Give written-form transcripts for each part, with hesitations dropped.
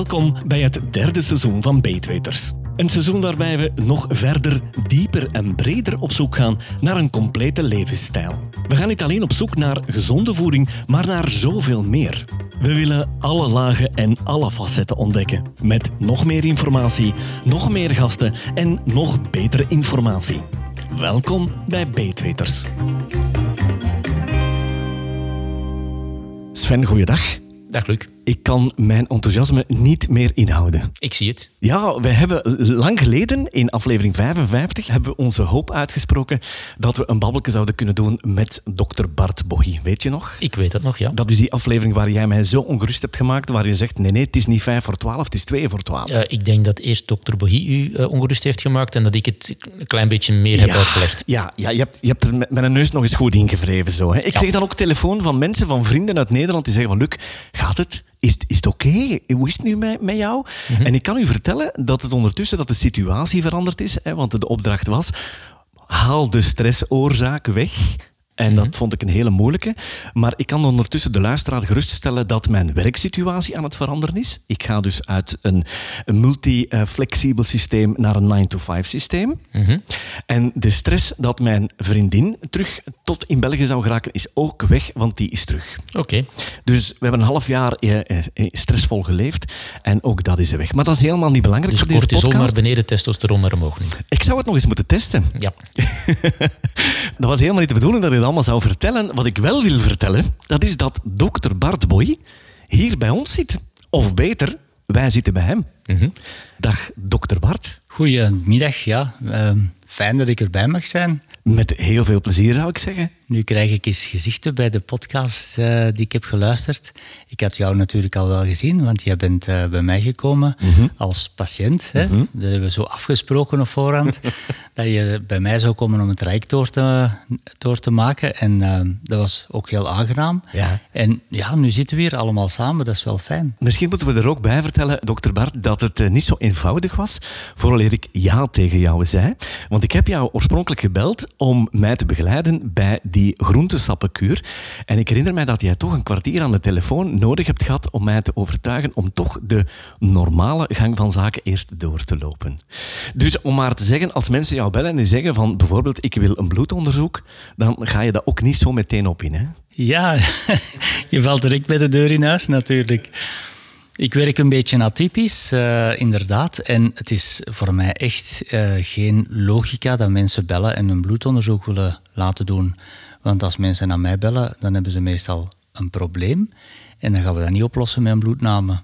Welkom bij het derde seizoen van Beetweters. Een seizoen waarbij we nog verder, dieper en breder op zoek gaan naar een complete levensstijl. We gaan niet alleen op zoek naar gezonde voeding, maar naar zoveel meer. We willen alle lagen en alle facetten ontdekken. Met nog meer informatie, nog meer gasten en nog betere informatie. Welkom bij Beetweters. Sven, goeiedag. Dag Luc. Ik kan mijn enthousiasme niet meer inhouden. Ik zie het. Ja, we hebben lang geleden, in aflevering 55, hebben we onze hoop uitgesproken dat we een babbelke zouden kunnen doen met dokter Bart Bohy. Weet je nog? Ik weet het nog, ja. Dat is die aflevering waar jij mij zo ongerust hebt gemaakt, waar je zegt, nee, het is niet 5 voor 12, het is 2 voor 12. Ik denk dat eerst dokter Bohy u ongerust heeft gemaakt en dat ik het een klein beetje meer heb uitgelegd. Ja, je hebt er met een neus nog eens goed ingevreven. Zo, hè. Ik kreeg dan ook telefoon van mensen, van vrienden uit Nederland, die zeggen van, Luc, gaat het? Is het oké? Hoe is het nu met jou? Mm-hmm. En ik kan u vertellen dat het ondertussen dat de situatie veranderd is. Hè, want de opdracht was, haal de stressoorzaak weg. En dat vond ik een hele moeilijke. Maar ik kan ondertussen de luisteraar geruststellen dat mijn werksituatie aan het veranderen is. Ik ga dus uit een multi-flexibel systeem naar een 9-to-5 systeem. Mm-hmm. En de stress dat mijn vriendin terug tot in België zou geraken is ook weg, want die is terug. Oké. Dus we hebben een half jaar stressvol geleefd en ook dat is weg. Maar dat is helemaal niet belangrijk dus voor deze podcast. cortisol naar beneden, testosteron naar omhoog nu. Ik zou het nog eens moeten testen. Ja. Dat was helemaal niet de bedoeling dat ik het allemaal zou vertellen. Wat ik wel wil vertellen, dat is dat dokter Bart Bohy hier bij ons zit. Of beter, wij zitten bij hem. Mm-hmm. Dag, dokter Bart. Goedemiddag, ja. Fijn dat ik erbij mag zijn. Met heel veel plezier, zou ik zeggen. Nu krijg ik eens gezichten bij de podcast die ik heb geluisterd. Ik had jou natuurlijk al wel gezien, want jij bent bij mij gekomen als patiënt. Hè? Mm-hmm. Dat hebben we zo afgesproken op voorhand, dat je bij mij zou komen om het traject door te maken. En dat was ook heel aangenaam. Ja. En ja, nu zitten we hier allemaal samen, dat is wel fijn. Misschien moeten we er ook bij vertellen, dokter Bart, dat het niet zo eenvoudig was, vooraleer ik ja tegen jou zei. Want ik heb jou oorspronkelijk gebeld om mij te begeleiden bij die groentesappenkuur. En ik herinner mij dat jij toch een kwartier aan de telefoon nodig hebt gehad om mij te overtuigen om toch de normale gang van zaken eerst door te lopen. Dus om maar te zeggen, als mensen jou bellen en die zeggen van bijvoorbeeld ik wil een bloedonderzoek, dan ga je dat ook niet zo meteen op in, hè? Ja, je valt direct bij de deur in huis natuurlijk. Ik werk een beetje atypisch, inderdaad. En het is voor mij echt geen logica dat mensen bellen en een bloedonderzoek willen laten doen. Want als mensen naar mij bellen, dan hebben ze meestal een probleem. En dan gaan we dat niet oplossen met een bloedname.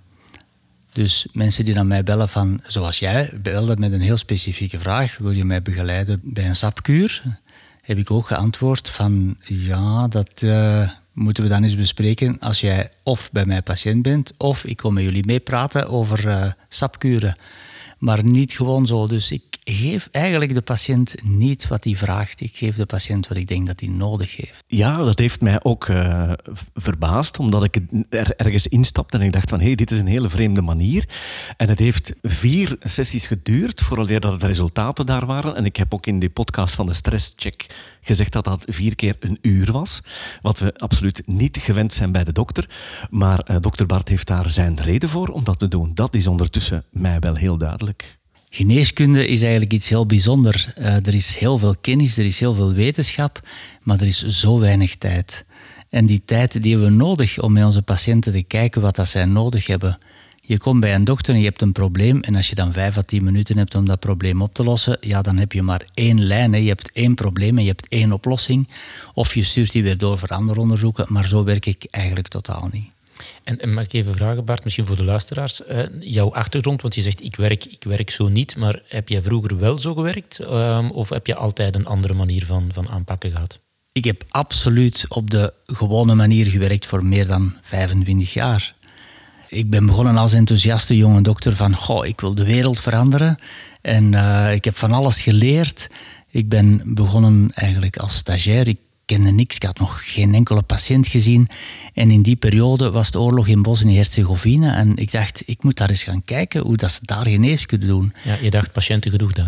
Dus mensen die naar mij bellen van, zoals jij, belden met een heel specifieke vraag. Wil je mij begeleiden bij een sapkuur? Heb ik ook geantwoord van, ja, dat moeten we dan eens bespreken als jij of bij mij patiënt bent, of ik kom met jullie meepraten over sapkuren. Maar niet gewoon zo. Dus ik geef eigenlijk de patiënt niet wat hij vraagt. Ik geef de patiënt wat ik denk dat hij nodig heeft. Ja, dat heeft mij ook verbaasd, omdat ik er ergens instapte en ik dacht van, hé, dit is een hele vreemde manier. En het heeft 4 sessies geduurd, vooraleer dat de resultaten daar waren. En ik heb ook in die podcast van de Stresscheck gezegd dat dat 4 keer een uur was. Wat we absoluut niet gewend zijn bij de dokter. Maar dokter Bart heeft daar zijn reden voor om dat te doen. Dat is ondertussen mij wel heel duidelijk. Geneeskunde is eigenlijk iets heel bijzonders. Er is heel veel kennis, er is heel veel wetenschap, maar er is zo weinig tijd. En die tijd die hebben we nodig om met onze patiënten te kijken wat dat zij nodig hebben. Je komt bij een dokter en je hebt een probleem en als je dan 5 à 10 minuten hebt om dat probleem op te lossen, ja, dan heb je maar 1 lijn. Hè. Je hebt 1 probleem en je hebt 1 oplossing. Of je stuurt die weer door voor andere onderzoeken, maar zo werk ik eigenlijk totaal niet. En mag ik even vragen, Bart, misschien voor de luisteraars, jouw achtergrond, want je zegt ik werk zo niet, maar heb jij vroeger wel zo gewerkt of heb je altijd een andere manier van aanpakken gehad? Ik heb absoluut op de gewone manier gewerkt voor meer dan 25 jaar. Ik ben begonnen als enthousiaste jonge dokter van, ik wil de wereld veranderen. En ik heb van alles geleerd. Ik ben begonnen eigenlijk als stagiair. Ik kende niks, ik had nog geen enkele patiënt gezien. En in die periode was de oorlog in Bosnië-Herzegovina. En ik dacht, ik moet daar eens gaan kijken hoe dat ze daar geneeskunde doen. Ja, je dacht patiëntengedoe daar.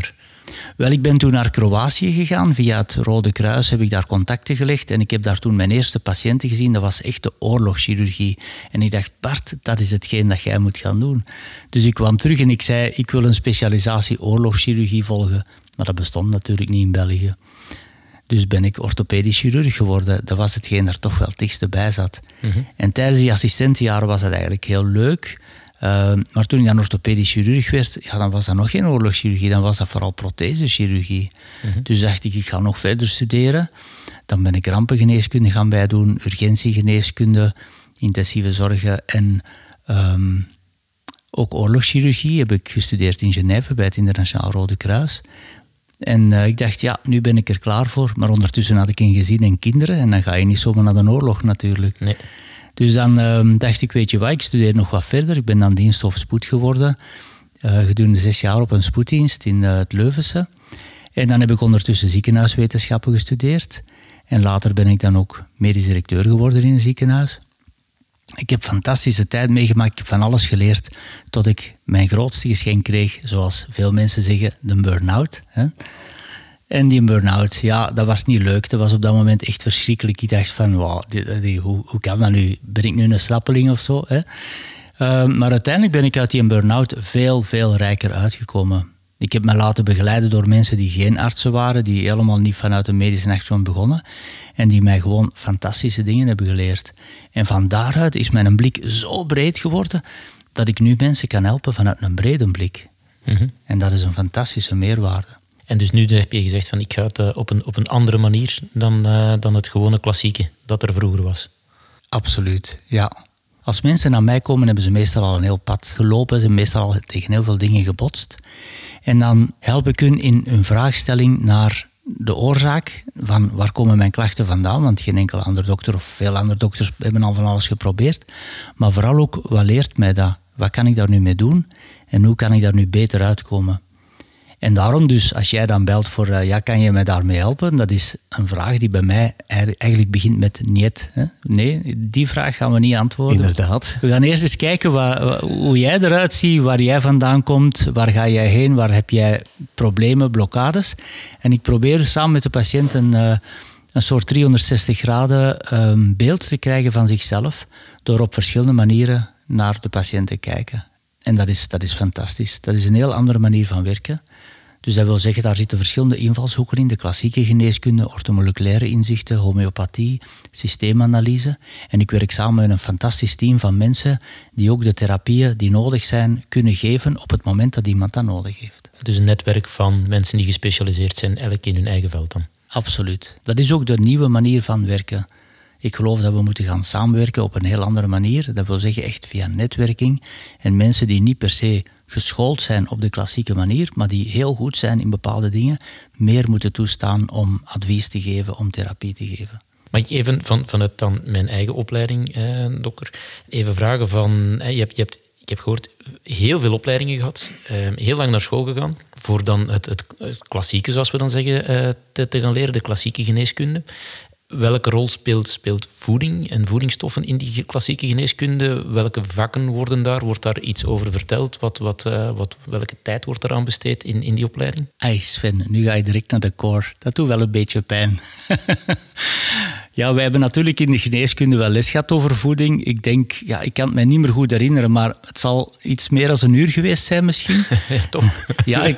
Wel, ik ben toen naar Kroatië gegaan. Via het Rode Kruis heb ik daar contacten gelegd. En ik heb daar toen mijn eerste patiënten gezien. Dat was echt de oorlogschirurgie. En ik dacht, Bart, dat is hetgeen dat jij moet gaan doen. Dus ik kwam terug en ik zei, ik wil een specialisatie oorlogschirurgie volgen. Maar dat bestond natuurlijk niet in België. Dus ben ik orthopedisch chirurg geworden. Dat was hetgeen daar toch wel het dichtste bij zat. En tijdens die assistentenjaren was dat eigenlijk heel leuk. Maar toen ik dan orthopedisch chirurg werd, dan was dat nog geen oorlogschirurgie. Dan was dat vooral prothesechirurgie. Dus dacht ik ga nog verder studeren. Dan ben ik rampengeneeskunde gaan bijdoen, urgentiegeneeskunde, intensieve zorgen en ook oorlogschirurgie heb ik gestudeerd in Genève bij het Internationaal Rode Kruis. En ik dacht, nu ben ik er klaar voor. Maar ondertussen had ik een gezin en kinderen. En dan ga je niet zomaar naar de oorlog natuurlijk. Nee. Dus dan dacht ik, weet je wat, ik studeer nog wat verder. Ik ben dan dienst of spoed geworden. Gedurende 6 jaar op een spoeddienst in het Leuvense. En dan heb ik ondertussen ziekenhuiswetenschappen gestudeerd. En later ben ik dan ook medisch directeur geworden in een ziekenhuis. Ik heb fantastische tijd meegemaakt. Ik heb van alles geleerd tot ik mijn grootste geschenk kreeg. Zoals veel mensen zeggen, de burn-out. Hè? En die burn-out, dat was niet leuk. Dat was op dat moment echt verschrikkelijk. Ik dacht van, wow, hoe kan dat nu? Ben ik nu een slappeling of zo? Hè? Maar uiteindelijk ben ik uit die burn-out veel, veel rijker uitgekomen. Ik heb me laten begeleiden door mensen die geen artsen waren, die helemaal niet vanuit een medische achtergrond begonnen en die mij gewoon fantastische dingen hebben geleerd. En van daaruit is mijn blik zo breed geworden dat ik nu mensen kan helpen vanuit een brede blik. En dat is een fantastische meerwaarde. En dus nu heb je gezegd van ik ga het op een andere manier dan het gewone klassieke dat er vroeger was. Absoluut, ja. Als mensen naar mij komen, hebben ze meestal al een heel pad gelopen. Ze hebben meestal al tegen heel veel dingen gebotst. En dan help ik hun in hun vraagstelling naar de oorzaak van waar komen mijn klachten vandaan. Want geen enkele andere dokter of veel andere dokters hebben al van alles geprobeerd. Maar vooral ook, wat leert mij dat? Wat kan ik daar nu mee doen? En hoe kan ik daar nu beter uitkomen? En daarom dus, als jij dan belt voor, kan je mij daarmee helpen? Dat is een vraag die bij mij eigenlijk begint met niet. Hè? Nee, die vraag gaan we niet antwoorden. Inderdaad. We gaan eerst eens kijken hoe jij eruit ziet, waar jij vandaan komt, waar ga jij heen, waar heb jij problemen, blokkades. En ik probeer samen met de patiënt een soort 360 graden beeld te krijgen van zichzelf, door op verschillende manieren naar de patiënt te kijken. En dat is fantastisch. Dat is een heel andere manier van werken. Dus dat wil zeggen, daar zitten verschillende invalshoeken in. De klassieke geneeskunde, orthomoleculaire inzichten, homeopathie, systeemanalyse. En ik werk samen met een fantastisch team van mensen die ook de therapieën die nodig zijn kunnen geven op het moment dat iemand dat nodig heeft. Dus een netwerk van mensen die gespecialiseerd zijn, elk in hun eigen veld dan? Absoluut. Dat is ook de nieuwe manier van werken. Ik geloof dat we moeten gaan samenwerken op een heel andere manier. Dat wil zeggen echt via netwerking. En mensen die niet per se geschoold zijn op de klassieke manier, maar die heel goed zijn in bepaalde dingen, meer moeten toestaan om advies te geven, om therapie te geven. Mag ik even vanuit dan mijn eigen opleiding, dokter, even vragen van... Ik heb gehoord, heel veel opleidingen gehad, heel lang naar school gegaan, voor dan het klassieke, zoals we dan zeggen, te gaan leren, de klassieke geneeskunde. Welke rol speelt voeding en voedingsstoffen in die klassieke geneeskunde? Welke vakken worden daar? Wordt daar iets over verteld? Welke tijd wordt eraan besteed in die opleiding? Sven, nu ga je direct naar de core. Dat doet wel een beetje pijn. Ja, wij hebben natuurlijk in de geneeskunde wel les gehad over voeding. Ik denk, ik kan het mij niet meer goed herinneren, maar het zal iets meer dan een uur geweest zijn misschien. Ja, toch? Ja,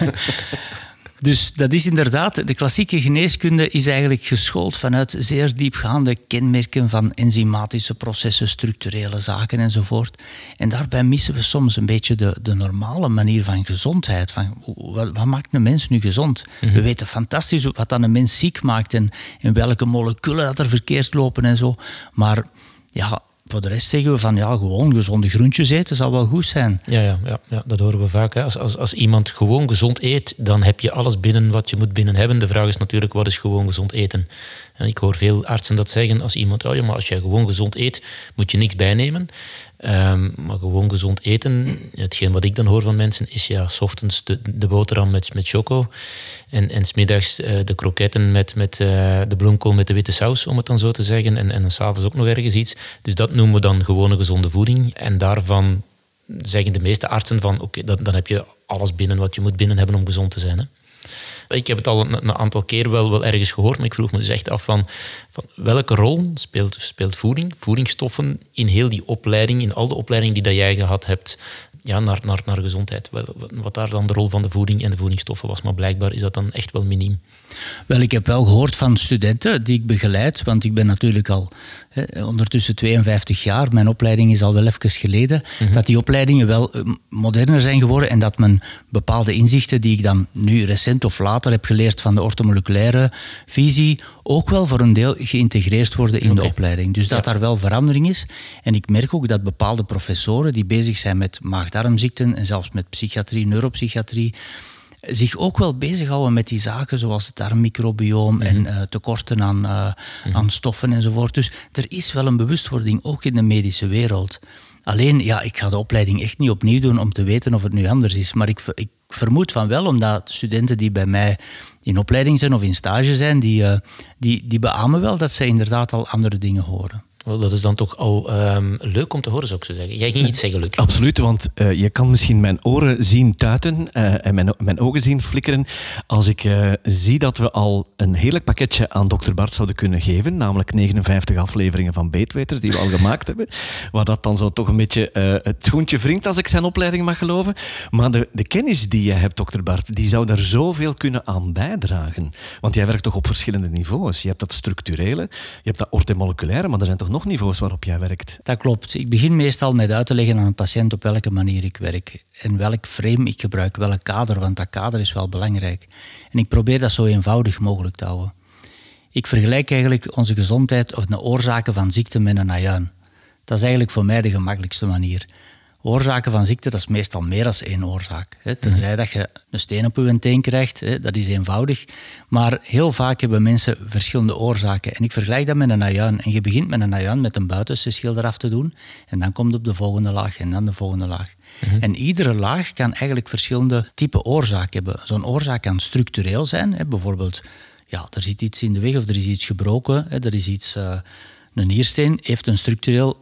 Dus dat is inderdaad, de klassieke geneeskunde is eigenlijk geschoold vanuit zeer diepgaande kenmerken van enzymatische processen, structurele zaken enzovoort. En daarbij missen we soms een beetje de normale manier van gezondheid. Van, wat maakt een mens nu gezond? We weten fantastisch wat dan een mens ziek maakt en welke moleculen dat er verkeerd lopen en zo. Maar voor de rest zeggen we van gewoon gezonde groentjes eten zal wel goed zijn. Ja, dat horen we vaak. Hè. Als iemand gewoon gezond eet, dan heb je alles binnen wat je moet binnen hebben. De vraag is natuurlijk, wat is gewoon gezond eten? En ik hoor veel artsen dat zeggen. Als iemand, maar als je gewoon gezond eet, moet je niks bijnemen. Maar gewoon gezond eten, hetgeen wat ik dan hoor van mensen, is 's ochtends de boterham met choco. En 's middags de kroketten met de bloemkool met de witte saus, om het dan zo te zeggen. En 's avonds ook nog ergens iets. Dus dat noemen we dan gewone gezonde voeding. En daarvan zeggen de meeste artsen van, dan heb je alles binnen wat je moet binnen hebben om gezond te zijn. Hè? Ik heb het al een aantal keer wel ergens gehoord, maar ik vroeg me dus echt af van welke rol speelt voeding, voedingsstoffen in heel die opleiding, in al de opleidingen die dat jij gehad hebt, ja, naar gezondheid. Wat daar dan de rol van de voeding en de voedingsstoffen was, maar blijkbaar is dat dan echt wel miniem. Wel, ik heb wel gehoord van studenten die ik begeleid, want ik ben natuurlijk al ondertussen 52 jaar, mijn opleiding is al wel even geleden, dat die opleidingen wel moderner zijn geworden en dat men bepaalde inzichten die ik dan nu recent of later heb geleerd van de orthomoleculaire visie, ook wel voor een deel geïntegreerd worden in de opleiding. Dus dat daar wel verandering is. En ik merk ook dat bepaalde professoren die bezig zijn met maag-darmziekten en zelfs met psychiatrie, neuropsychiatrie, zich ook wel bezighouden met die zaken zoals het darmmicrobioom en tekorten aan stoffen enzovoort. Dus er is wel een bewustwording, ook in de medische wereld. Alleen, ja, ik ga de opleiding echt niet opnieuw doen om te weten of het nu anders is. Maar ik vermoed van wel, omdat studenten die bij mij in opleiding zijn of in stage zijn, die beamen wel dat zij inderdaad al andere dingen horen. Wel, dat is dan toch al leuk om te horen, zou ik zo zeggen. Jij ging iets zeggen, Luc. Absoluut, want je kan misschien mijn oren zien tuiten en mijn ogen zien flikkeren als ik zie dat we al een heerlijk pakketje aan Dr. Bart zouden kunnen geven, namelijk 59 afleveringen van Beetweters die we al gemaakt hebben, waar dat dan zo toch een beetje het schoentje wringt als ik zijn opleiding mag geloven. Maar de kennis die je hebt, Dr. Bart, die zou daar zoveel kunnen aan bijdragen. Want jij werkt toch op verschillende niveaus. Je hebt dat structurele, je hebt dat orthomoleculaire, maar er zijn toch nog niveaus waarop jij werkt? Dat klopt. Ik begin meestal met uit te leggen aan een patiënt op welke manier ik werk en welk frame ik gebruik, welk kader, want dat kader is wel belangrijk. En ik probeer dat zo eenvoudig mogelijk te houden. Ik vergelijk eigenlijk onze gezondheid of de oorzaken van ziekte met een ajuin. Dat is eigenlijk voor mij de gemakkelijkste manier. Oorzaken van ziekte, dat is meestal meer dan één oorzaak. Tenzij dat je een steen op je teen krijgt, dat is eenvoudig. Maar heel vaak hebben mensen verschillende oorzaken. En ik vergelijk dat met een ajuin. En je begint met een ajuin met een buitenste schil eraf te doen. En dan komt op de volgende laag en dan de volgende laag. En iedere laag kan eigenlijk verschillende type oorzaak hebben. Zo'n oorzaak kan structureel zijn. Bijvoorbeeld, ja, er zit iets in de weg of er is iets gebroken. Er is iets, een niersteen heeft een structureel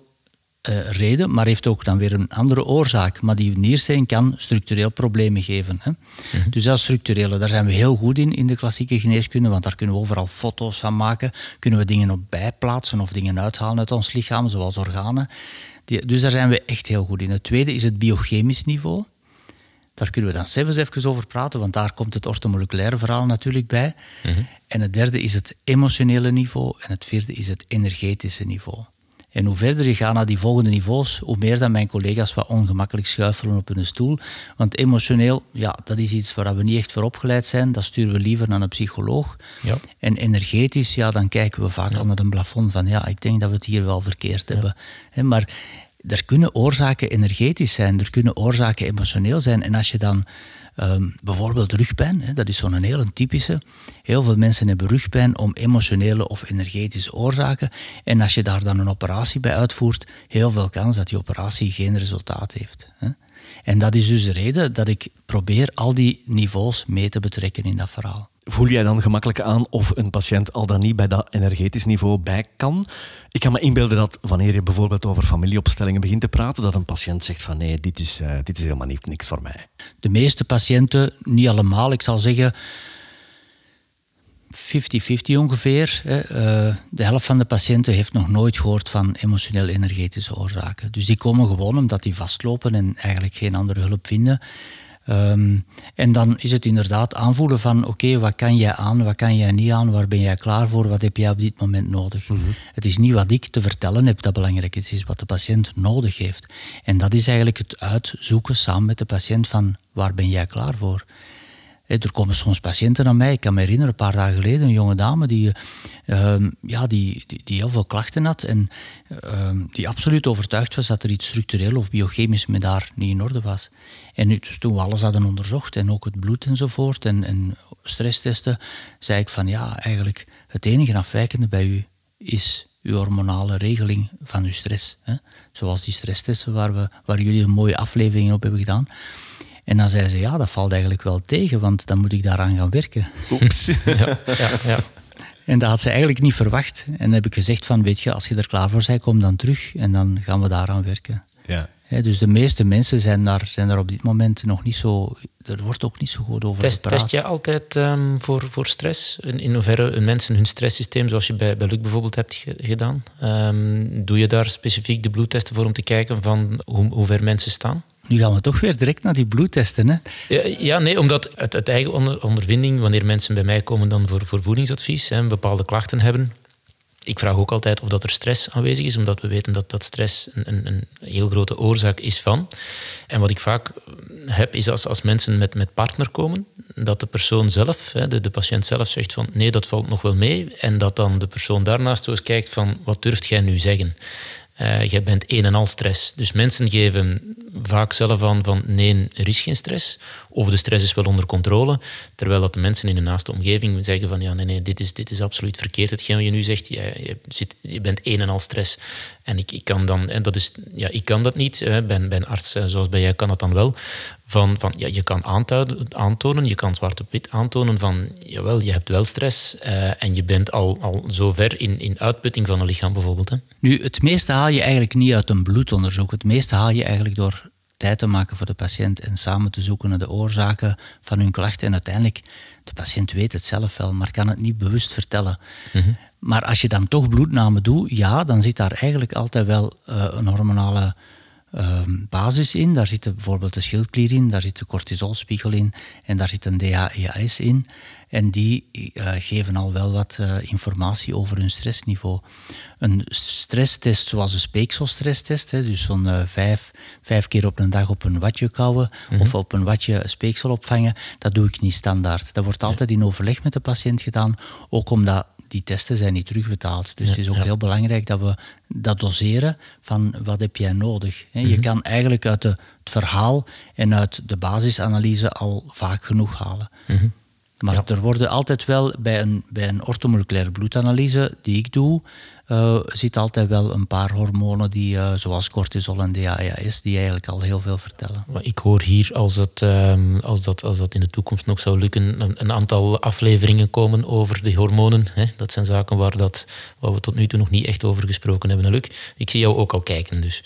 reden, maar heeft ook dan weer een andere oorzaak. Maar die niersteen kan structureel problemen geven. Dus dat is structurele. Daar zijn we heel goed in de klassieke geneeskunde, want daar kunnen we overal foto's van maken. Kunnen we dingen op bijplaatsen of dingen uithalen uit ons lichaam, zoals organen. Dus daar zijn we echt heel goed in. Het tweede is het biochemisch niveau. Daar kunnen we dan zelfs even over praten, want daar komt het orthomoleculaire verhaal natuurlijk bij. En het derde is het emotionele niveau en het vierde is het energetische niveau. En hoe verder je gaat naar die volgende niveaus, hoe meer dan mijn collega's wat ongemakkelijk schuifelen op hun stoel. Want emotioneel, ja, dat is iets waar we niet echt voor opgeleid zijn. Dat sturen we liever naar een psycholoog. Ja. En energetisch, ja, dan kijken we vaak al naar een plafond van, ja, ik denk dat we het hier wel verkeerd hebben. Maar er kunnen oorzaken energetisch zijn, er kunnen oorzaken emotioneel zijn. En als je dan bijvoorbeeld rugpijn, dat is zo'n hele typische. Heel veel mensen hebben rugpijn om emotionele of energetische oorzaken. En als je daar dan een operatie bij uitvoert, heel veel kans dat die operatie geen resultaat heeft. En dat is dus de reden dat ik probeer al die niveaus mee te betrekken in dat verhaal. Voel jij dan gemakkelijk aan of een patiënt al dan niet bij dat energetisch niveau bij kan? Ik kan me inbeelden dat wanneer je bijvoorbeeld over familieopstellingen begint te praten, dat een patiënt zegt van nee, dit is helemaal niks voor mij. De meeste patiënten, niet allemaal, ik zal zeggen 50-50 ongeveer. De helft van de patiënten heeft nog nooit gehoord van emotioneel-energetische oorzaken. Dus die komen gewoon omdat die vastlopen en eigenlijk geen andere hulp vinden. En dan is het inderdaad aanvoelen van oké, wat kan jij aan, wat kan jij niet aan, waar ben jij klaar voor, wat heb jij op dit moment nodig. Het is niet wat ik te vertellen heb dat belangrijk is, het is wat de patiënt nodig heeft. En dat is eigenlijk het uitzoeken samen met de patiënt van waar ben jij klaar voor. Er komen soms patiënten aan mij, ik kan me herinneren, een paar dagen geleden, een jonge dame die heel veel klachten had en die absoluut overtuigd was dat er iets structureel of biochemisch met haar niet in orde was. En dus toen we alles hadden onderzocht en ook het bloed enzovoort en stresstesten, zei ik van ja, eigenlijk het enige afwijkende bij u is uw hormonale regeling van uw stress. Zoals die stresstesten waar jullie een mooie aflevering op hebben gedaan. En dan zei ze, ja, dat valt eigenlijk wel tegen, want dan moet ik daaraan gaan werken. Oeps. Ja. En dat had ze eigenlijk niet verwacht. En dan heb ik gezegd van, weet je, als je er klaar voor bent, kom dan terug en dan gaan we daaraan werken. Ja. Dus de meeste mensen zijn daar op dit moment nog niet zo... Er wordt ook niet zo goed over gepraat. Test jij altijd voor stress? In hoeverre mensen hun stresssysteem, zoals je bij Luc bijvoorbeeld hebt gedaan, doe je daar specifiek de bloedtesten voor om te kijken van hoe ver mensen staan? Nu gaan we toch weer direct naar die bloedtesten, hè? Ja, nee, omdat uit eigen ondervinding, wanneer mensen bij mij komen dan voor voedingsadvies, bepaalde klachten hebben, ik vraag ook altijd of dat er stress aanwezig is, omdat we weten dat stress een heel grote oorzaak is van. En wat ik vaak heb, is als mensen met partner komen, dat de persoon zelf, de patiënt zelf zegt van nee, dat valt nog wel mee. En dat dan de persoon daarnaast zo eens kijkt van wat durft jij nu zeggen? Jij bent een en al stress. Dus mensen geven vaak zelf aan van nee, er is geen stress. Of de stress is wel onder controle. Terwijl dat de mensen in de naaste omgeving zeggen van ja, nee, dit is absoluut verkeerd. Hetgeen wat je nu zegt, je bent een en al stress. En ik kan dan, en dat is, ja, ik kan dat niet. Bij een arts zoals bij jij kan dat dan wel. Ja, je kan aantonen, je kan zwart op wit aantonen van jawel, je hebt wel stress en je bent al zo ver in uitputting van een lichaam bijvoorbeeld. Hè. Nu, het meeste haal je eigenlijk niet uit een bloedonderzoek. Het meeste haal je eigenlijk door tijd te maken voor de patiënt en samen te zoeken naar de oorzaken van hun klachten. En uiteindelijk, de patiënt weet het zelf wel, maar kan het niet bewust vertellen. Mm-hmm. Maar als je dan toch bloedname doet, ja, dan zit daar eigenlijk altijd wel een hormonale basis in. Daar zit bijvoorbeeld de schildklier in, daar zit de cortisolspiegel in en daar zit een DHEAS in. En die geven al wel wat informatie over hun stressniveau. Een stresstest zoals een speekselstresstest, dus zo'n 5 keer op een dag op een watje kauwen of op een watje speeksel opvangen, dat doe ik niet standaard. Dat wordt altijd in overleg met de patiënt gedaan, ook omdat die testen zijn niet terugbetaald. Dus het is ook heel belangrijk dat we dat doseren van wat heb jij nodig. Je kan eigenlijk uit het verhaal en uit de basisanalyse al vaak genoeg halen. Maar er worden altijd wel bij een orthomoleculaire bloedanalyse die ik doe, zit altijd wel een paar hormonen die, zoals cortisol en DHEAS, die eigenlijk al heel veel vertellen. Ik hoor hier, als dat in de toekomst nog zou lukken, een aantal afleveringen komen over de hormonen. Hè? Dat zijn zaken waar we tot nu toe nog niet echt over gesproken hebben. Luc, ik zie jou ook al kijken, dus.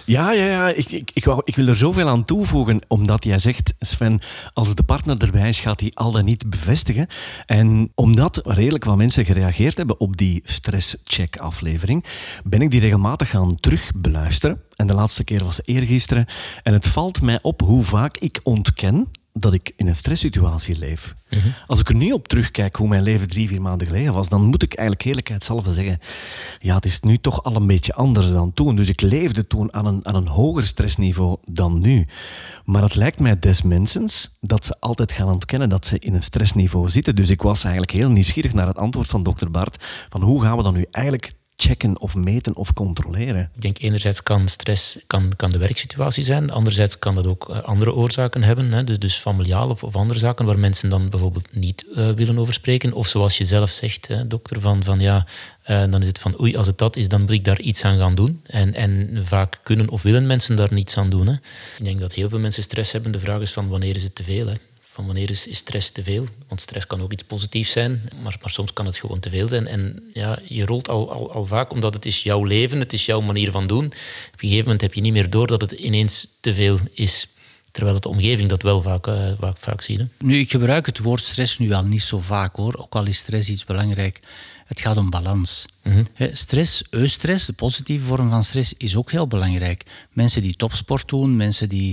Ja. Ik wil er zoveel aan toevoegen, omdat jij zegt, Sven, als de partner erbij is, gaat hij al dan niet bevestigen. En omdat redelijk wat mensen gereageerd hebben op die stresscheck-aflevering, ben ik die regelmatig gaan terugbeluisteren. En de laatste keer was eergisteren. En het valt mij op hoe vaak ik ontken dat ik in een stresssituatie leef. Als ik er nu op terugkijk hoe mijn leven 3-4 maanden geleden was, dan moet ik eigenlijk eerlijkheidshalve zeggen, ja, het is nu toch al een beetje anders dan toen. Dus ik leefde toen aan een hoger stressniveau dan nu. Maar het lijkt mij des mensens dat ze altijd gaan ontkennen dat ze in een stressniveau zitten. Dus ik was eigenlijk heel nieuwsgierig naar het antwoord van dokter Bart, van hoe gaan we dan nu eigenlijk checken of meten of controleren? Ik denk enerzijds kan stress kan de werksituatie zijn, anderzijds kan dat ook andere oorzaken hebben, hè? Dus familiaal of andere zaken waar mensen dan bijvoorbeeld niet willen over spreken. Of zoals je zelf zegt, hè, dokter, van ja, dan is het van oei, als het dat is, dan moet ik daar iets aan gaan doen. En vaak kunnen of willen mensen daar niets aan doen. Hè? Ik denk dat heel veel mensen stress hebben. De vraag is van wanneer is het te veel? Hè? Van wanneer is stress te veel? Want stress kan ook iets positiefs zijn, maar soms kan het gewoon te veel zijn. En ja, je rolt al vaak, omdat het is jouw leven, het is jouw manier van doen. Op een gegeven moment heb je niet meer door dat het ineens te veel is. Terwijl het de omgeving dat wel vaak ziet. Hè? Nu, ik gebruik het woord stress nu al niet zo vaak, hoor. Ook al is stress iets belangrijk. Het gaat om balans. Stress, eustress, de positieve vorm van stress, is ook heel belangrijk. Mensen die topsport doen, mensen die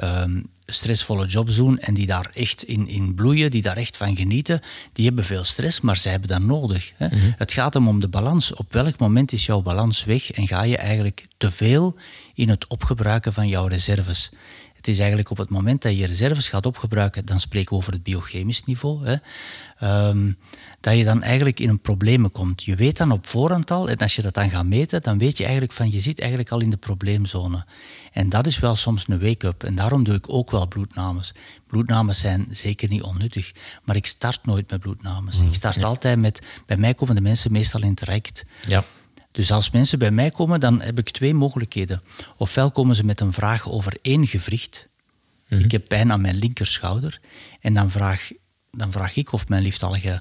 stressvolle jobs doen en die daar echt in bloeien, die daar echt van genieten, die hebben veel stress, maar zij hebben dat nodig. Hè. Het gaat om de balans. Op welk moment is jouw balans weg en ga je eigenlijk te veel in het opgebruiken van jouw reserves? Het is eigenlijk op het moment dat je reserves gaat opgebruiken, dan spreken we over het biochemisch niveau, hè, dat je dan eigenlijk in een probleem komt. Je weet dan op voorhand al, en als je dat dan gaat meten, dan weet je eigenlijk van, je zit eigenlijk al in de probleemzone. En dat is wel soms een wake-up. En daarom doe ik ook wel bloednames. Bloednames zijn zeker niet onnuttig, maar ik start nooit met bloednames. Ik start altijd met, bij mij komen de mensen meestal in traject. Ja. Dus als mensen bij mij komen, dan heb ik 2 mogelijkheden. Ofwel komen ze met een vraag over 1 gewricht. Ik heb pijn aan mijn linkerschouder. En dan vraag ik of mijn lieftallige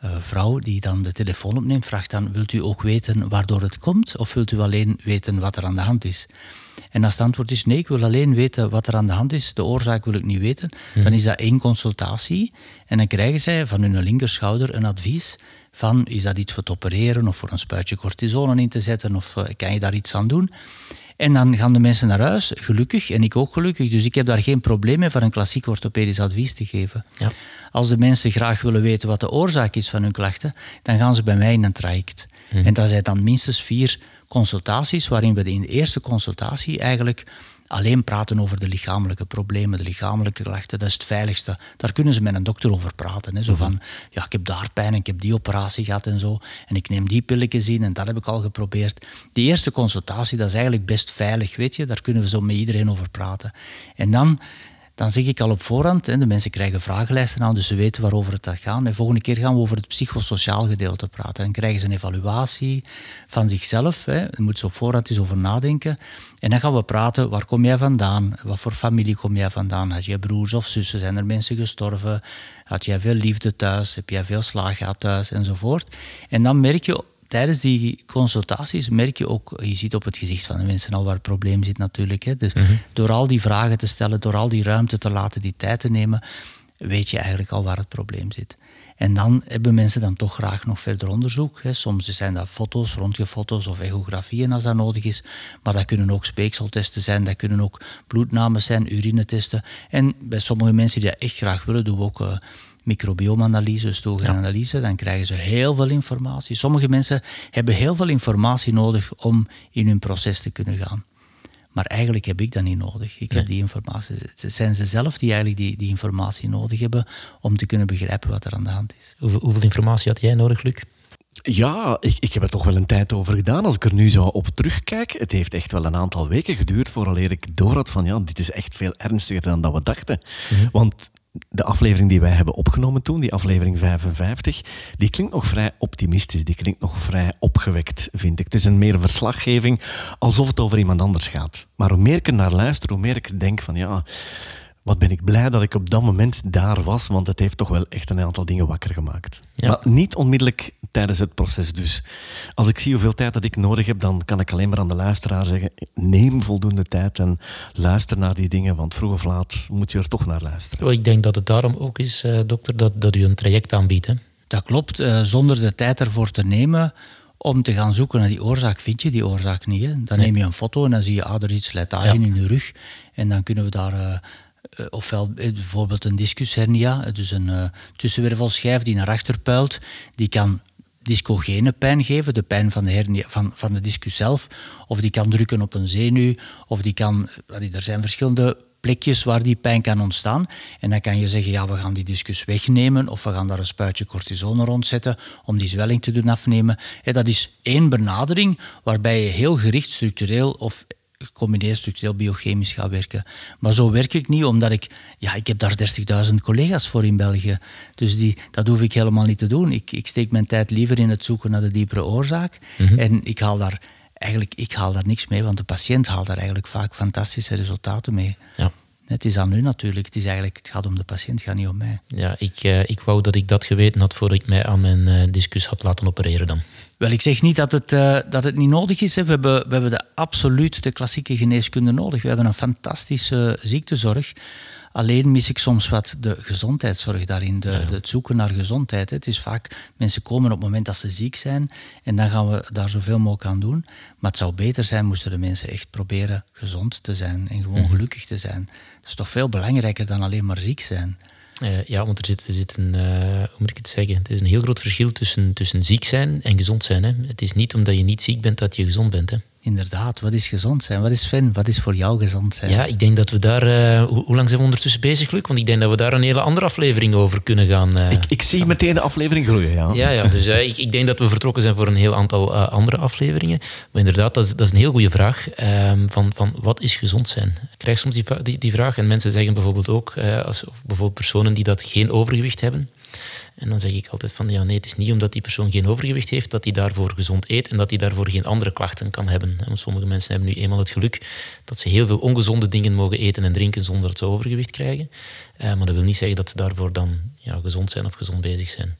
vrouw die dan de telefoon opneemt, vraagt dan, wilt u ook weten waardoor het komt of wilt u alleen weten wat er aan de hand is? En als het antwoord is nee, ik wil alleen weten wat er aan de hand is, de oorzaak wil ik niet weten, dan is dat 1 consultatie en dan krijgen zij van hun linkerschouder een advies van, is dat iets voor te opereren of voor een spuitje cortisone in te zetten of kan je daar iets aan doen? En dan gaan de mensen naar huis, gelukkig, en ik ook gelukkig. Dus ik heb daar geen probleem mee voor een klassiek orthopedisch advies te geven. Ja. Als de mensen graag willen weten wat de oorzaak is van hun klachten, dan gaan ze bij mij in een traject. En dat zijn dan minstens 4 consultaties, waarin we in de eerste consultatie eigenlijk alleen praten over de lichamelijke problemen, de lichamelijke klachten. Dat is het veiligste. Daar kunnen ze met een dokter over praten. Hè. Zo van, ja, ik heb daar pijn en ik heb die operatie gehad en zo. En ik neem die pilletjes in en dat heb ik al geprobeerd. Die eerste consultatie, dat is eigenlijk best veilig, weet je. Daar kunnen we zo met iedereen over praten. En dan zeg ik al op voorhand, de mensen krijgen vragenlijsten aan, dus ze weten waarover het gaat. En volgende keer gaan we over het psychosociaal gedeelte praten. Dan krijgen ze een evaluatie van zichzelf. Daar moeten ze op voorhand eens over nadenken. En dan gaan we praten, waar kom jij vandaan? Wat voor familie kom jij vandaan? Had jij broers of zussen? Zijn er mensen gestorven? Had jij veel liefde thuis? Heb jij veel slaag gehad thuis? Enzovoort. En dan merk je, tijdens die consultaties merk je ook, je ziet op het gezicht van de mensen al waar het probleem zit natuurlijk. Hè. Dus door al die vragen te stellen, door al die ruimte te laten, die tijd te nemen, weet je eigenlijk al waar het probleem zit. En dan hebben mensen dan toch graag nog verder onderzoek. Hè. Soms zijn dat foto's, röntgenfoto's of echografieën als dat nodig is. Maar dat kunnen ook speekseltesten zijn, dat kunnen ook bloednames zijn, urinetesten. En bij sommige mensen die dat echt graag willen, doen we ook microbioomanalyse, stoelganganalyse, dan krijgen ze heel veel informatie. Sommige mensen hebben heel veel informatie nodig om in hun proces te kunnen gaan. Maar eigenlijk heb ik dat niet nodig. Ik heb die informatie. Het zijn ze zelf die eigenlijk die informatie nodig hebben om te kunnen begrijpen wat er aan de hand is. Hoeveel informatie had jij nodig, Luc? Ja, ik heb er toch wel een tijd over gedaan. Als ik er nu zo op terugkijk, het heeft echt wel een aantal weken geduurd vooraleer ik door had van ja, dit is echt veel ernstiger dan dat we dachten. Want de aflevering die wij hebben opgenomen toen, die aflevering 55, die klinkt nog vrij optimistisch, die klinkt nog vrij opgewekt, vind ik. Het is een meer verslaggeving, alsof het over iemand anders gaat. Maar hoe meer ik er naar luister, hoe meer ik er denk van ja, wat ben ik blij dat ik op dat moment daar was, want het heeft toch wel echt een aantal dingen wakker gemaakt. Ja. Maar niet onmiddellijk tijdens het proces dus. Als ik zie hoeveel tijd dat ik nodig heb, dan kan ik alleen maar aan de luisteraar zeggen, neem voldoende tijd en luister naar die dingen, want vroeg of laat moet je er toch naar luisteren. Ik denk dat het daarom ook is, dokter, dat u een traject aanbiedt. Hè? Dat klopt. Zonder de tijd ervoor te nemen om te gaan zoeken naar die oorzaak, vind je die oorzaak niet. Hè? Dan neem je een foto en dan zie je, er is slijtage in je rug. En dan kunnen we daar ofwel bijvoorbeeld een discushernia, dus een tussenwervelschijf die naar achter puilt, die kan discogene pijn geven, de pijn van de hernia, van de discus zelf, of die kan drukken op een zenuw, of die kan, er zijn verschillende plekjes waar die pijn kan ontstaan. En dan kan je zeggen, ja, we gaan die discus wegnemen, of we gaan daar een spuitje cortisone rondzetten om die zwelling te doen afnemen. Dat is één benadering waarbij je heel gericht structureel of gecombineerd structureel biochemisch gaat werken. Maar zo werk ik niet, omdat ik heb daar 30.000 collega's voor in België. Dus dat hoef ik helemaal niet te doen. Ik steek mijn tijd liever in het zoeken naar de diepere oorzaak. En ik haal daar niks mee, want de patiënt haalt daar eigenlijk vaak fantastische resultaten mee. Ja. Het is aan u natuurlijk. Het gaat om de patiënt, het gaat niet om mij. Ja, ik wou dat ik dat geweten had voor ik mij aan mijn discus had laten opereren dan. Wel, ik zeg niet dat het niet nodig is. Hè. We hebben absoluut de klassieke geneeskunde nodig. We hebben een fantastische ziektezorg. Alleen mis ik soms wat de gezondheidszorg daarin, het zoeken naar gezondheid. Het is vaak, mensen komen op het moment dat ze ziek zijn en dan gaan we daar zoveel mogelijk aan doen. Maar het zou beter zijn, moesten de mensen echt proberen gezond te zijn en gewoon gelukkig te zijn. Dat is toch veel belangrijker dan alleen maar ziek zijn. Ja, want er zit een, hoe moet ik het zeggen? Er is een heel groot verschil tussen ziek zijn en gezond zijn. Hè? Het is niet omdat je niet ziek bent dat je gezond bent. Hè? Inderdaad, wat is gezond zijn? Wat is Sven? Wat is voor jou gezond zijn? Ja, ik denk dat we daar... hoe lang zijn we ondertussen bezig, Luc? Want ik denk dat we daar een hele andere aflevering over kunnen gaan... Ik zie meteen de aflevering groeien, ja. Ja, dus ik denk dat we vertrokken zijn voor een heel aantal andere afleveringen. Maar inderdaad, dat is een heel goede vraag. Van wat is gezond zijn? Ik krijg soms die vraag en mensen zeggen bijvoorbeeld ook... of bijvoorbeeld personen die dat geen overgewicht hebben... En dan zeg ik altijd van, ja nee, het is niet omdat die persoon geen overgewicht heeft, dat hij daarvoor gezond eet en dat hij daarvoor geen andere klachten kan hebben. Want sommige mensen hebben nu eenmaal het geluk dat ze heel veel ongezonde dingen mogen eten en drinken zonder dat ze overgewicht krijgen. Maar dat wil niet zeggen dat ze daarvoor dan gezond zijn of gezond bezig zijn.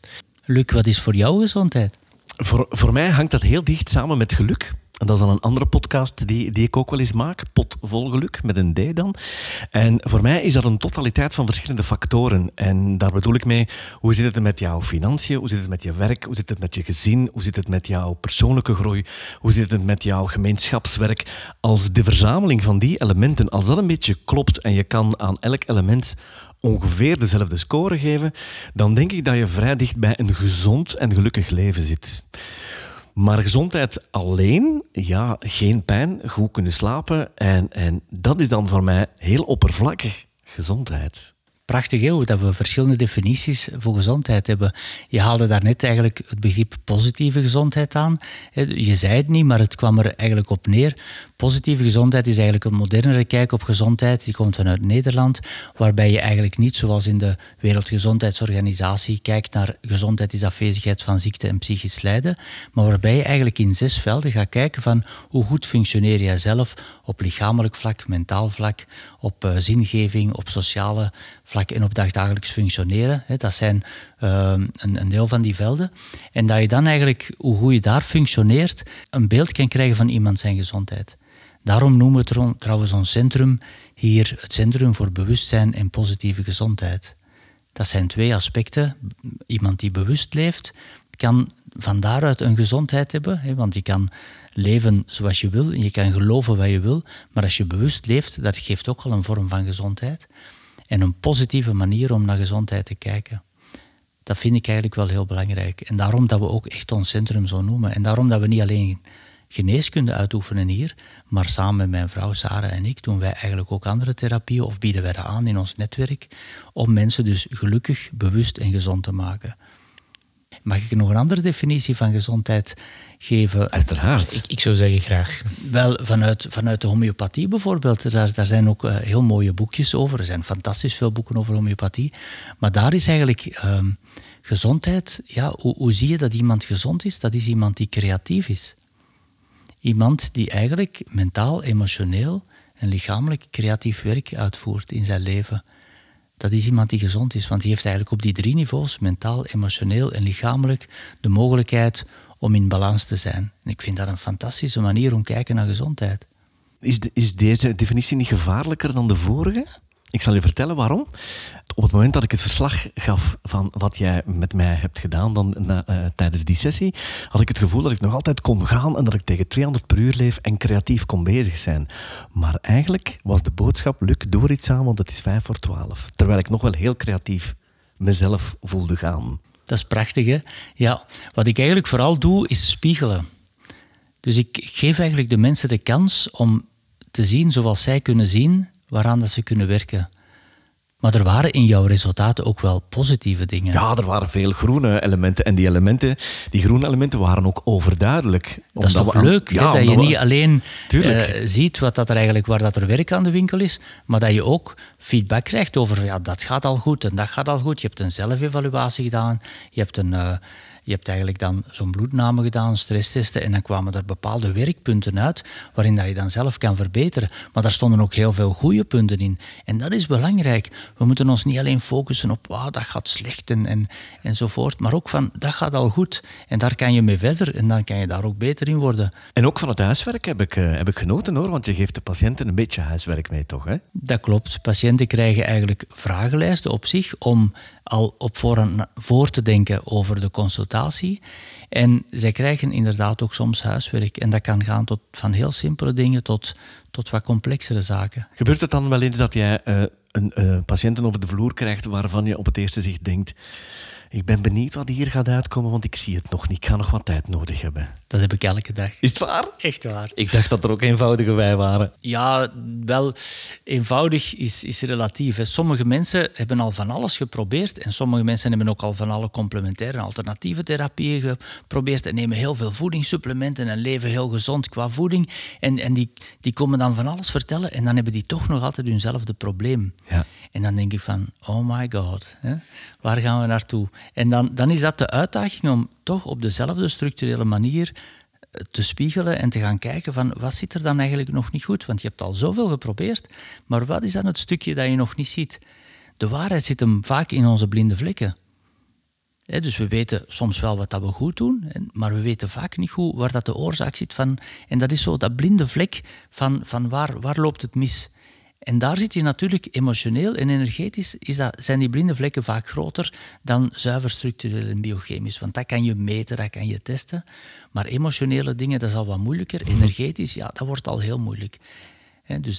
Luc, wat is voor jou gezondheid? Voor mij hangt dat heel dicht samen met geluk. En dat is dan een andere podcast die ik ook wel eens maak. Pot vol geluk, met een D dan. En voor mij is dat een totaliteit van verschillende factoren. En daar bedoel ik mee, hoe zit het met jouw financiën? Hoe zit het met je werk? Hoe zit het met je gezin? Hoe zit het met jouw persoonlijke groei? Hoe zit het met jouw gemeenschapswerk? Als de verzameling van die elementen, als dat een beetje klopt en je kan aan elk element ongeveer dezelfde score geven, dan denk ik dat je vrij dicht bij een gezond en gelukkig leven zit. Maar gezondheid alleen, ja, geen pijn, goed kunnen slapen. En dat is dan voor mij heel oppervlakkig gezondheid. Prachtig, hè, hoe dat we verschillende definities voor gezondheid hebben. Je haalde daarnet eigenlijk het begrip positieve gezondheid aan. Je zei het niet, maar het kwam er eigenlijk op neer. Positieve gezondheid is eigenlijk een modernere kijk op gezondheid. Die komt vanuit Nederland, waarbij je eigenlijk niet zoals in de Wereldgezondheidsorganisatie kijkt naar gezondheid is afwezigheid van ziekte en psychisch lijden, maar waarbij je eigenlijk in 6 velden gaat kijken van hoe goed functioneer jij zelf op lichamelijk vlak, mentaal vlak, op zingeving, op sociale vlak en op dagdagelijks functioneren. Dat zijn een deel van die velden. En dat je dan eigenlijk, hoe goed je daar functioneert, een beeld kan krijgen van iemand zijn gezondheid. Daarom noemen we het trouwens ons centrum hier het Centrum voor Bewustzijn en Positieve Gezondheid. Dat zijn 2 aspecten. Iemand die bewust leeft, kan van daaruit een gezondheid hebben, want je kan leven zoals je wil en je kan geloven wat je wil, maar als je bewust leeft, dat geeft ook al een vorm van gezondheid. En een positieve manier om naar gezondheid te kijken. Dat vind ik eigenlijk wel heel belangrijk. En daarom dat we ook echt ons centrum zo noemen. En daarom dat we niet alleen geneeskunde uitoefenen hier, maar samen met mijn vrouw Sarah en ik doen wij eigenlijk ook andere therapieën of bieden wij dat aan in ons netwerk om mensen dus gelukkig, bewust en gezond te maken. Mag ik nog een andere definitie van gezondheid geven? Uiteraard. Ik zou zeggen graag. Wel, vanuit de homeopathie bijvoorbeeld. Daar zijn ook heel mooie boekjes over. Er zijn fantastisch veel boeken over homeopathie. Maar daar is eigenlijk gezondheid... Ja, hoe zie je dat iemand gezond is? Dat is iemand die creatief is. Iemand die eigenlijk mentaal, emotioneel en lichamelijk creatief werk uitvoert in zijn leven. Dat is iemand die gezond is, want die heeft eigenlijk op die 3 niveaus, mentaal, emotioneel en lichamelijk, de mogelijkheid om in balans te zijn. En ik vind dat een fantastische manier om te kijken naar gezondheid. Is deze definitie niet gevaarlijker dan de vorige? Ik zal je vertellen waarom. Op het moment dat ik het verslag gaf van wat jij met mij hebt gedaan tijdens die sessie, had ik het gevoel dat ik nog altijd kon gaan en dat ik tegen 200 per uur leef en creatief kon bezig zijn. Maar eigenlijk was de boodschap, Luc, doe er iets aan, want het is 11:55. Terwijl ik nog wel heel creatief mezelf voelde gaan. Dat is prachtig, hè? Ja, wat ik eigenlijk vooral doe, is spiegelen. Dus ik geef eigenlijk de mensen de kans om te zien zoals zij kunnen zien, waaraan dat ze kunnen werken. Maar er waren in jouw resultaten ook wel positieve dingen. Ja, er waren veel groene elementen. En die groene elementen waren ook overduidelijk. Dat is toch leuk, hè? Dat je niet alleen ziet waar dat er werk aan de winkel is, maar dat je ook feedback krijgt over, ja, dat gaat al goed en dat gaat al goed. Je hebt een zelfevaluatie gedaan, je hebt eigenlijk dan zo'n bloedname gedaan, stresstesten, en dan kwamen er bepaalde werkpunten uit waarin dat je dan zelf kan verbeteren. Maar daar stonden ook heel veel goede punten in. En dat is belangrijk. We moeten ons niet alleen focussen op dat gaat slecht enzovoort, maar ook van dat gaat al goed. En daar kan je mee verder en dan kan je daar ook beter in worden. En ook van het huiswerk heb ik genoten, hoor, want je geeft de patiënten een beetje huiswerk mee, toch? Hè? Dat klopt. Patiënten krijgen eigenlijk vragenlijsten op zich om al op voorhand voor te denken over de consultatie. En zij krijgen inderdaad ook soms huiswerk. En dat kan gaan van heel simpele dingen tot wat complexere zaken. Gebeurt het dan wel eens dat jij een patiënten over de vloer krijgt waarvan je op het eerste zicht denkt, ik ben benieuwd wat hier gaat uitkomen, want ik zie het nog niet. Ik ga nog wat tijd nodig hebben. Dat heb ik elke dag. Is het waar? Echt waar. Ik dacht dat er ook eenvoudige wij waren. Ja, wel, eenvoudig is relatief. Hè. Sommige mensen hebben al van alles geprobeerd en sommige mensen hebben ook al van alle complementaire en alternatieve therapieën geprobeerd en nemen heel veel voedingssupplementen en leven heel gezond qua voeding. En die komen dan van alles vertellen en dan hebben die toch nog altijd hunzelfde probleem. Ja. En dan denk ik van, oh my god, hè? Waar gaan we naartoe? En dan is dat de uitdaging om toch op dezelfde structurele manier te spiegelen en te gaan kijken van wat zit er dan eigenlijk nog niet goed? Want je hebt al zoveel geprobeerd, maar wat is dan het stukje dat je nog niet ziet? De waarheid zit hem vaak in onze blinde vlekken. Dus we weten soms wel wat dat we goed doen, maar we weten vaak niet goed waar dat de oorzaak zit van. En dat is zo dat blinde vlek van waar loopt het mis. En daar zit je natuurlijk emotioneel en energetisch, zijn die blinde vlekken vaak groter dan zuiver structureel en biochemisch. Want dat kan je meten, dat kan je testen. Maar emotionele dingen, dat is al wat moeilijker. Energetisch, ja, dat wordt al heel moeilijk. Dus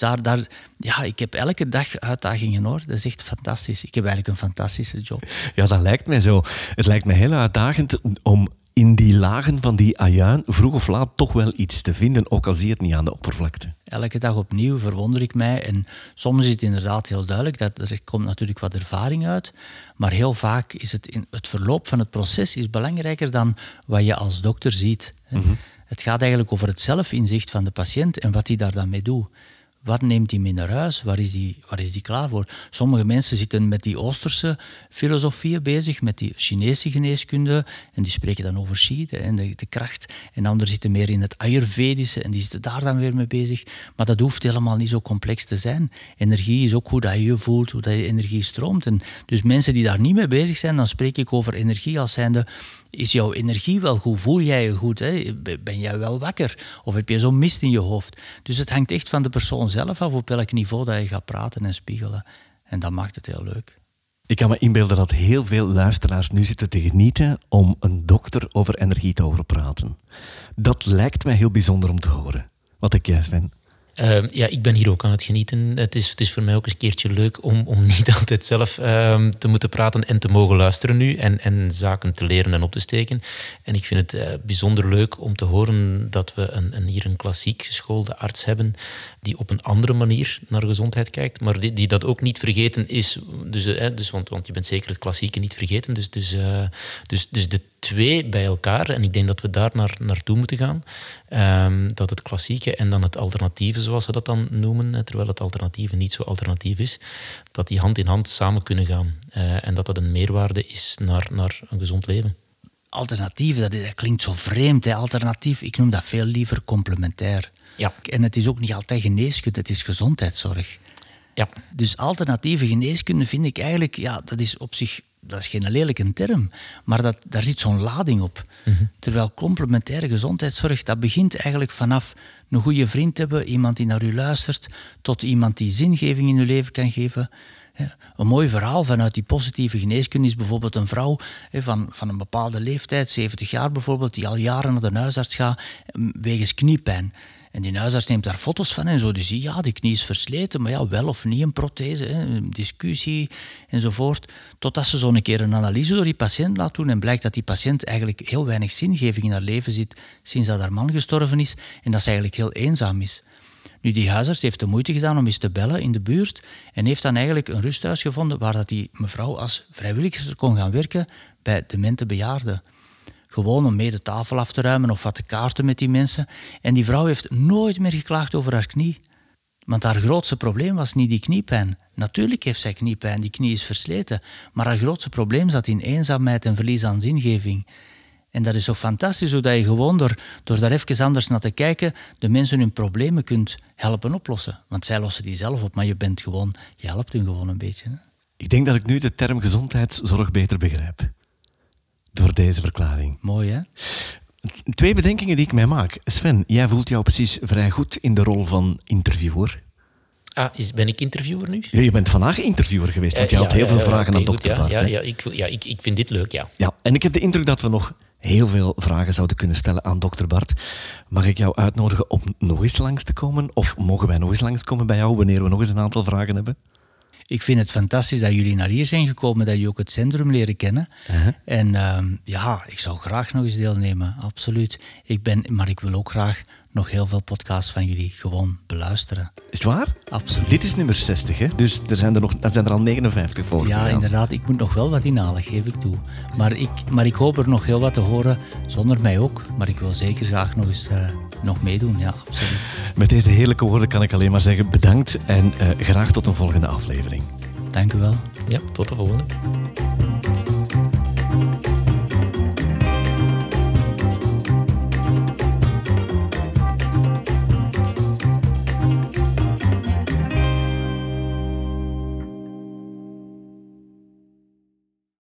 ik heb elke dag uitdagingen hoor. Dat is echt fantastisch. Ik heb eigenlijk een fantastische job. Ja, dat lijkt mij zo. Het lijkt me heel uitdagend om in die lagen van die ajuin vroeg of laat toch wel iets te vinden, ook al zie je het niet aan de oppervlakte. Elke dag opnieuw verwonder ik mij. En soms is het inderdaad heel duidelijk, er komt natuurlijk wat ervaring uit. Maar heel vaak is het verloop van het proces is belangrijker dan wat je als dokter ziet. Mm-hmm. Het gaat eigenlijk over het zelfinzicht van de patiënt en wat hij daar dan mee doet. Wat neemt hij mee naar huis? Waar is die klaar voor? Sommige mensen zitten met die Oosterse filosofieën bezig, met die Chinese geneeskunde. En die spreken dan over Qi en de kracht. En anderen zitten meer in het Ayurvedische en die zitten daar dan weer mee bezig. Maar dat hoeft helemaal niet zo complex te zijn. Energie is ook hoe dat je je voelt, hoe dat je energie stroomt. En dus mensen die daar niet mee bezig zijn, dan spreek ik over energie als zijnde... Is jouw energie wel goed? Voel jij je goed? Hè? Ben jij wel wakker? Of heb je zo'n mist in je hoofd? Dus het hangt echt van de persoon zelf af op welk niveau dat je gaat praten en spiegelen. En dat maakt het heel leuk. Ik kan me inbeelden dat heel veel luisteraars nu zitten te genieten om een dokter over energie te horen praten. Dat lijkt mij heel bijzonder om te horen. Wat denk jij, Sven? Ik ben hier ook aan het genieten. Het is voor mij ook eens een keertje leuk om niet altijd zelf te moeten praten en te mogen luisteren nu en zaken te leren en op te steken. En ik vind het bijzonder leuk om te horen dat we hier een klassiek geschoolde arts hebben die op een andere manier naar gezondheid kijkt, maar die dat ook niet vergeten is. Dus, want je bent zeker het klassieke niet vergeten. Dus de twee bij elkaar, en ik denk dat we daar naartoe moeten gaan, dat het klassieke en dan het alternatieve, zoals ze dat dan noemen, terwijl het alternatieve niet zo alternatief is, dat die hand in hand samen kunnen gaan. En dat een meerwaarde is naar een gezond leven. Alternatief, dat klinkt zo vreemd. Hè? Alternatief, ik noem dat veel liever complementair. Ja. En het is ook niet altijd geneeskunde, het is gezondheidszorg. Ja. Dus alternatieve geneeskunde vind ik eigenlijk, dat is op zich... Dat is geen lelijke term, maar daar zit zo'n lading op. Mm-hmm. Terwijl complementaire gezondheidszorg, dat begint eigenlijk vanaf een goede vriend hebben, iemand die naar u luistert, tot iemand die zingeving in uw leven kan geven. Een mooi verhaal vanuit die positieve geneeskunde is bijvoorbeeld een vrouw van een bepaalde leeftijd, 70 jaar bijvoorbeeld, die al jaren naar de huisarts gaat wegens kniepijn. En die huisarts neemt daar foto's van en zo. Dus die knie is versleten, maar wel of niet een prothese, een discussie enzovoort. Totdat ze zo'n keer een analyse door die patiënt laat doen en blijkt dat die patiënt eigenlijk heel weinig zingeving in haar leven zit sinds dat haar man gestorven is en dat ze eigenlijk heel eenzaam is. Nu, die huisarts heeft de moeite gedaan om eens te bellen in de buurt en heeft dan eigenlijk een rusthuis gevonden waar dat die mevrouw als vrijwilligster kon gaan werken bij demente bejaarden. Gewoon om mee de tafel af te ruimen of wat te kaarten met die mensen. En die vrouw heeft nooit meer geklaagd over haar knie. Want haar grootste probleem was niet die kniepijn. Natuurlijk heeft zij kniepijn, die knie is versleten. Maar haar grootste probleem zat in eenzaamheid en verlies aan zingeving. En dat is zo fantastisch hoe dat je gewoon door daar even anders naar te kijken de mensen hun problemen kunt helpen oplossen. Want zij lossen die zelf op, maar je helpt hun gewoon een beetje. Hè? Ik denk dat ik nu de term gezondheidszorg beter begrijp. Door deze verklaring. Mooi, hè? 2 bedenkingen die ik mij maak. Sven, jij voelt jou precies vrij goed in de rol van interviewer. Ben ik interviewer nu? Ja, je bent vandaag interviewer geweest, want je had heel veel vragen aan dokter Bart. Ik vind dit leuk, ja. Ja, en ik heb de indruk dat we nog heel veel vragen zouden kunnen stellen aan dokter Bart. Mag ik jou uitnodigen om nog eens langs te komen? Of mogen wij nog eens langskomen bij jou wanneer we nog eens een aantal vragen hebben? Ik vind het fantastisch dat jullie naar hier zijn gekomen, dat jullie ook het centrum leren kennen. Uh-huh. En ik zou graag nog eens deelnemen, absoluut. Maar ik wil ook graag nog heel veel podcasts van jullie gewoon beluisteren. Is het waar? Absoluut. Dit is nummer 60, hè? Dus er zijn er al 59 voor. Ja, inderdaad. Ik moet nog wel wat inhalen, geef ik toe. Maar ik hoop er nog heel wat te horen, zonder mij ook. Maar ik wil zeker graag nog eens nog meedoen, ja, absoluut. Met deze heerlijke woorden kan ik alleen maar zeggen bedankt en graag tot een volgende aflevering. Dank u wel. Ja, tot de volgende.